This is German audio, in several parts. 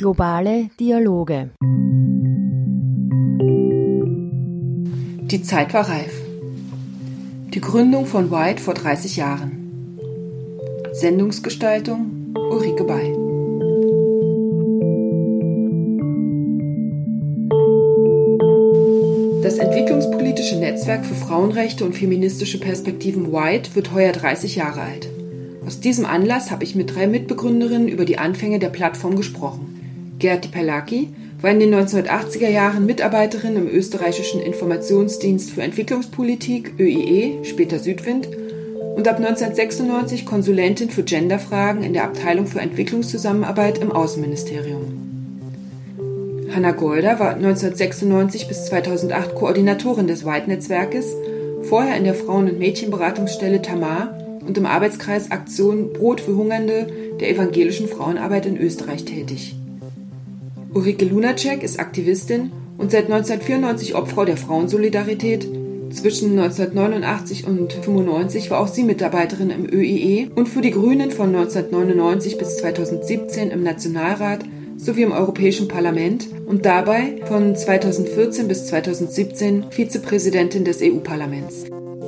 Globale Dialoge. Die Zeit war reif. Die Gründung von White vor 30 Jahren. Sendungsgestaltung Ulrike Bay. Das entwicklungspolitische Netzwerk für Frauenrechte und feministische Perspektiven White wird heuer 30 Jahre alt. Aus diesem Anlass habe ich mit 3 Mitbegründerinnen über die Anfänge der Plattform gesprochen. Gerti Perlacki war in den 1980er Jahren Mitarbeiterin im österreichischen Informationsdienst für Entwicklungspolitik, ÖIE, später Südwind, und ab 1996 Konsulentin für Genderfragen in der Abteilung für Entwicklungszusammenarbeit im Außenministerium. Hanna Golder war 1996 bis 2008 Koordinatorin des White-Netzwerkes, vorher in der Frauen- und Mädchenberatungsstelle Tamar und im Arbeitskreis Aktion Brot für Hungernde der evangelischen Frauenarbeit in Österreich tätig. Ulrike Lunacek ist Aktivistin und seit 1994 Obfrau der Frauensolidarität. Zwischen 1989 und 1995 war auch sie Mitarbeiterin im ÖIE und für die Grünen von 1999 bis 2017 im Nationalrat sowie im Europäischen Parlament und dabei von 2014 bis 2017 Vizepräsidentin des EU-Parlaments.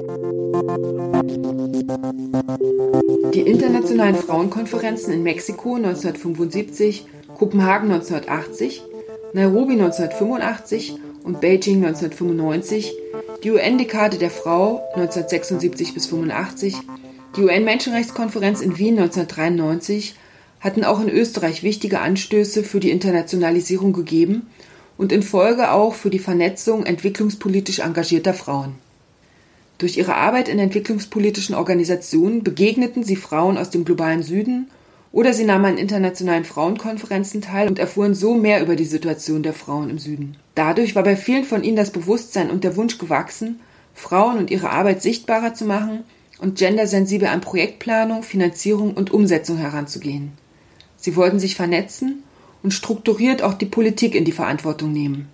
Die internationalen Frauenkonferenzen in Mexiko 1975, Kopenhagen 1980, Nairobi 1985 und Beijing 1995, die UN-Dekade der Frau 1976 bis 85, die UN-Menschenrechtskonferenz in Wien 1993 hatten auch in Österreich wichtige Anstöße für die Internationalisierung gegeben und in Folge auch für die Vernetzung entwicklungspolitisch engagierter Frauen. Durch ihre Arbeit in entwicklungspolitischen Organisationen begegneten sie Frauen aus dem globalen Süden oder sie nahmen an internationalen Frauenkonferenzen teil und erfuhren so mehr über die Situation der Frauen im Süden. Dadurch war bei vielen von ihnen das Bewusstsein und der Wunsch gewachsen, Frauen und ihre Arbeit sichtbarer zu machen und gendersensibel an Projektplanung, Finanzierung und Umsetzung heranzugehen. Sie wollten sich vernetzen und strukturiert auch die Politik in die Verantwortung nehmen.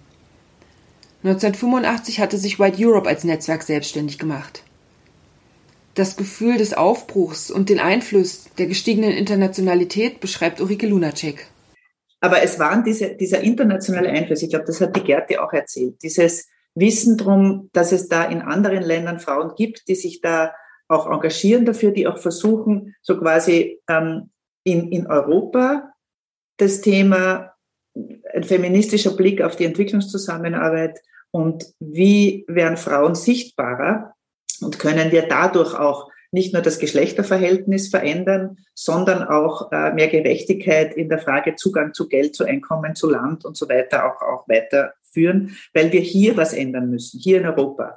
1985 hatte sich White Europe als Netzwerk selbstständig gemacht. Das Gefühl des Aufbruchs und den Einfluss der gestiegenen Internationalität beschreibt Ulrike Lunacek. Aber es waren dieser internationale Einfluss, ich glaube, das hat die Gerti auch erzählt, dieses Wissen drum, dass es da in anderen Ländern Frauen gibt, die sich da auch engagieren dafür, die auch versuchen, so quasi in Europa das Thema ein feministischer Blick auf die Entwicklungszusammenarbeit und wie werden Frauen sichtbarer und können wir dadurch auch nicht nur das Geschlechterverhältnis verändern, sondern auch mehr Gerechtigkeit in der Frage Zugang zu Geld, zu Einkommen, zu Land und so weiter auch weiterführen, weil wir hier was ändern müssen, hier in Europa.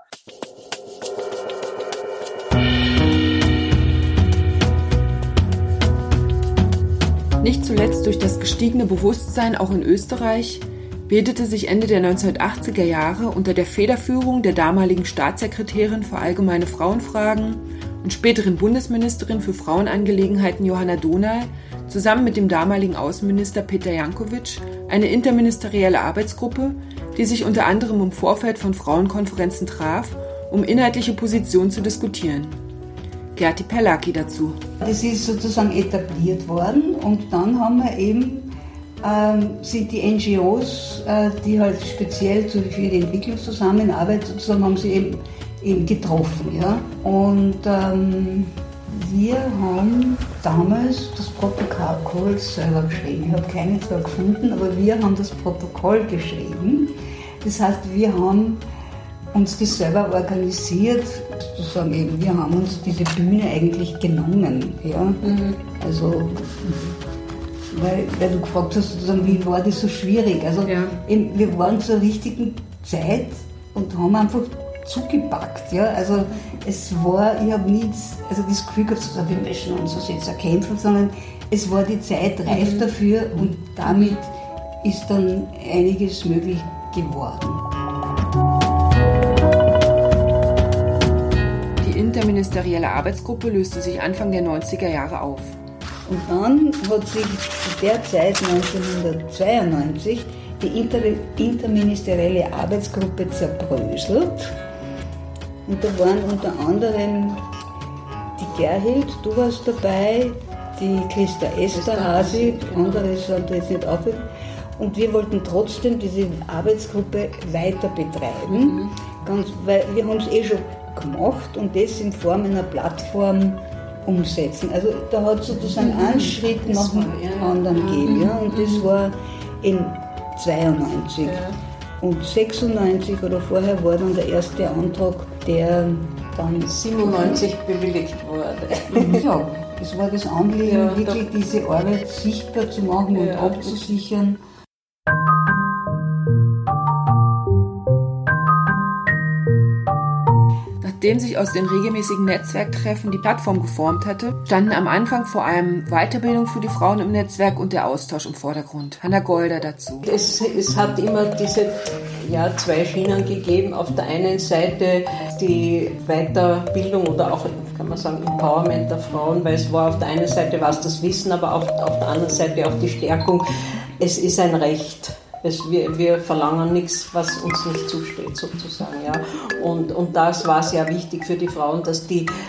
Nicht zuletzt durch das gestiegene Bewusstsein auch in Österreich bildete sich Ende der 1980er Jahre unter der Federführung der damaligen Staatssekretärin für allgemeine Frauenfragen und späteren Bundesministerin für Frauenangelegenheiten Johanna Dohnal zusammen mit dem damaligen Außenminister Peter Janković eine interministerielle Arbeitsgruppe, die sich unter anderem im Vorfeld von Frauenkonferenzen traf, um inhaltliche Positionen zu diskutieren. Gerti Perlacki dazu. Das ist sozusagen etabliert worden und dann haben wir eben sind die NGOs, die halt speziell für die Entwicklungszusammenarbeit sozusagen, haben sie eben getroffen. Ja? Und wir haben damals das Protokoll selber geschrieben. Ich habe keine zwar gefunden, aber wir haben das Protokoll geschrieben. Das heißt, wir haben uns das selber organisiert, sozusagen eben, wir haben uns diese Bühne eigentlich genommen. Ja? Also, weil du gefragt hast, sozusagen, wie war das so schwierig? Also eben, wir waren zur richtigen Zeit und haben einfach zugepackt. Ja? Also es war, ich habe nie das Gefühl gehabt, wir müssen uns das jetzt erkämpfen, sondern es war die Zeit reif dafür und damit ist dann einiges möglich geworden. Die interministerielle Arbeitsgruppe löste sich Anfang der 90er Jahre auf. Und dann hat sich zu der Zeit 1992 die interministerielle Arbeitsgruppe zerbröselt. Und da waren unter anderem die Gerhild, du warst dabei, die Christa Esterhazy, andere sind jetzt nicht aufgehört, Und wir wollten trotzdem diese Arbeitsgruppe weiter betreiben, weil wir haben es schon gemacht und das in Form einer Plattform umsetzen. Also da hat es sozusagen einen Schritt nach dem anderen gegeben. Ja? Und das war in 92. Und 96 oder vorher war dann der erste Antrag, der dann 97 bewilligt wurde. Ja, es war das Anliegen, wirklich diese Arbeit sichtbar zu machen und abzusichern. Nachdem sich aus den regelmäßigen Netzwerktreffen die Plattform geformt hatte, standen am Anfang vor allem Weiterbildung für die Frauen im Netzwerk und der Austausch im Vordergrund. Hanna Golder dazu. Es hat immer diese zwei Schienen gegeben. Auf der einen Seite die Weiterbildung oder auch, kann man sagen, Empowerment der Frauen, weil es war auf der einen Seite was das Wissen, aber auf der anderen Seite auch die Stärkung. Es ist ein Recht. Wir verlangen nichts, was uns nicht zusteht, sozusagen. Ja. Und das war sehr wichtig für die Frauen, dass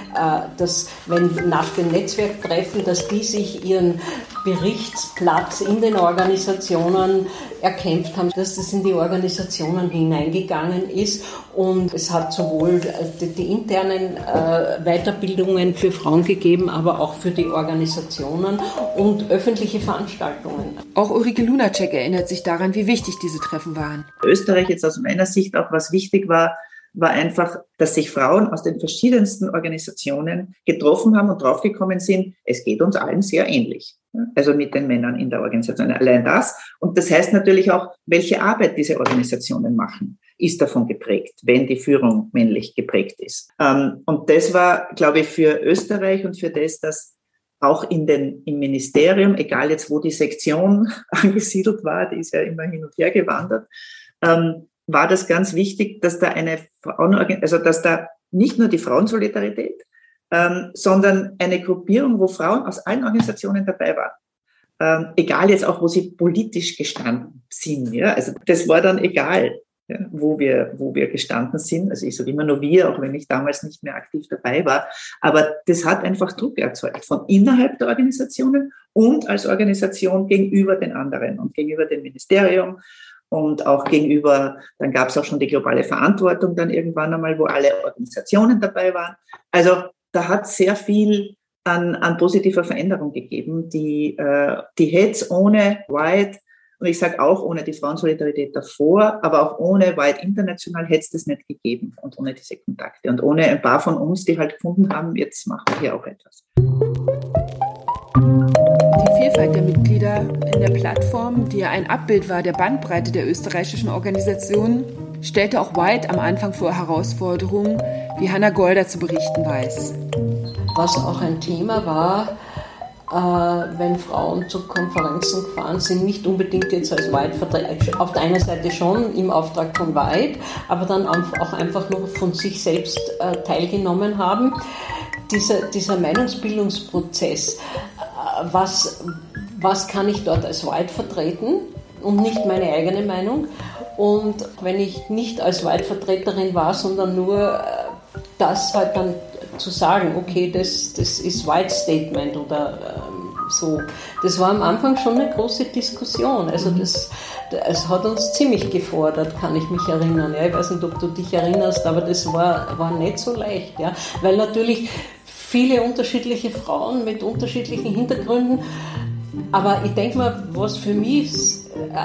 wenn nach den Netzwerktreffen, dass die sich ihren Berichtsplatz in den Organisationen erkämpft haben, dass das in die Organisationen hineingegangen ist. Und es hat sowohl die internen Weiterbildungen für Frauen gegeben, aber auch für die Organisationen und öffentliche Veranstaltungen. Auch Ulrike Lunacek erinnert sich daran, wie wichtig diese Treffen waren. Österreich jetzt aus meiner Sicht auch, was wichtig war einfach, dass sich Frauen aus den verschiedensten Organisationen getroffen haben und draufgekommen sind, es geht uns allen sehr ähnlich. Also mit den Männern in der Organisation. Allein das. Und das heißt natürlich auch, welche Arbeit diese Organisationen machen, ist davon geprägt, wenn die Führung männlich geprägt ist. Und das war, glaube ich, für Österreich und für das, dass auch im Ministerium, egal jetzt wo die Sektion angesiedelt war, die ist ja immer hin und her gewandert, war das ganz wichtig, dass da dass da nicht nur die Frauensolidarität, sondern eine Gruppierung, wo Frauen aus allen Organisationen dabei waren. Egal jetzt auch, wo sie politisch gestanden sind. Ja? Also das war dann egal, ja, wo wir gestanden sind. Also ich sage immer nur wir, auch wenn ich damals nicht mehr aktiv dabei war. Aber das hat einfach Druck erzeugt von innerhalb der Organisationen und als Organisation gegenüber den anderen und gegenüber dem Ministerium. Und auch gegenüber, dann gab es auch schon die globale Verantwortung dann irgendwann einmal, wo alle Organisationen dabei waren. Also da hat sehr viel an positiver Veränderung gegeben, die hätte es ohne White, und ich sage auch ohne die Frauensolidarität davor, aber auch ohne White international hätte es das nicht gegeben und ohne diese Kontakte und ohne ein paar von uns, die halt gefunden haben, jetzt machen wir hier auch etwas. Die Vielfalt der Mitglieder in der Plattform, die ja ein Abbild war der Bandbreite der österreichischen Organisationen, stellte auch White am Anfang vor Herausforderungen, wie Hanna Golder zu berichten weiß. Was auch ein Thema war, wenn Frauen zu Konferenzen gefahren sind, nicht unbedingt jetzt als White-Vertreter, auf der einen Seite schon im Auftrag von White, aber dann auch einfach nur von sich selbst teilgenommen haben. Dieser Meinungsbildungsprozess, was kann ich dort als White vertreten und nicht meine eigene Meinung? Und wenn ich nicht als White-Vertreterin war, sondern nur das halt dann zu sagen, okay, das ist White Statement oder so. Das war am Anfang schon eine große Diskussion. Also es hat uns ziemlich gefordert, kann ich mich erinnern. Ja, ich weiß nicht, ob du dich erinnerst, aber das war nicht so leicht. Ja, weil natürlich viele unterschiedliche Frauen mit unterschiedlichen Hintergründen. Aber ich denke mal, was für mich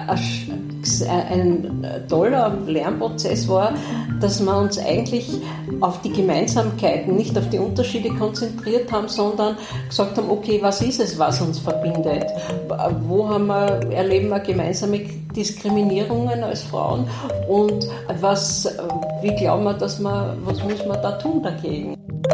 ein toller Lernprozess war, dass wir uns eigentlich auf die Gemeinsamkeiten, nicht auf die Unterschiede konzentriert haben, sondern gesagt haben, okay, was ist es, was uns verbindet? Wo erleben wir gemeinsame Diskriminierungen als Frauen? Und wie glauben wir, was muss man da tun dagegen?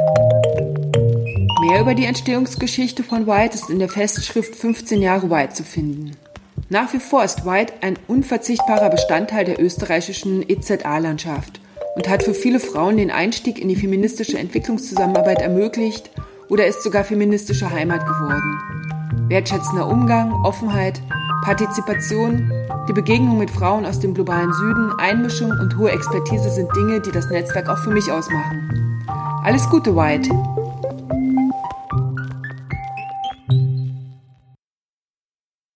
Mehr über die Entstehungsgeschichte von White ist in der Festschrift 15 Jahre White zu finden. Nach wie vor ist White ein unverzichtbarer Bestandteil der österreichischen EZA-Landschaft und hat für viele Frauen den Einstieg in die feministische Entwicklungszusammenarbeit ermöglicht oder ist sogar feministische Heimat geworden. Wertschätzender Umgang, Offenheit, Partizipation, die Begegnung mit Frauen aus dem globalen Süden, Einmischung und hohe Expertise sind Dinge, die das Netzwerk auch für mich ausmachen. Alles Gute, White!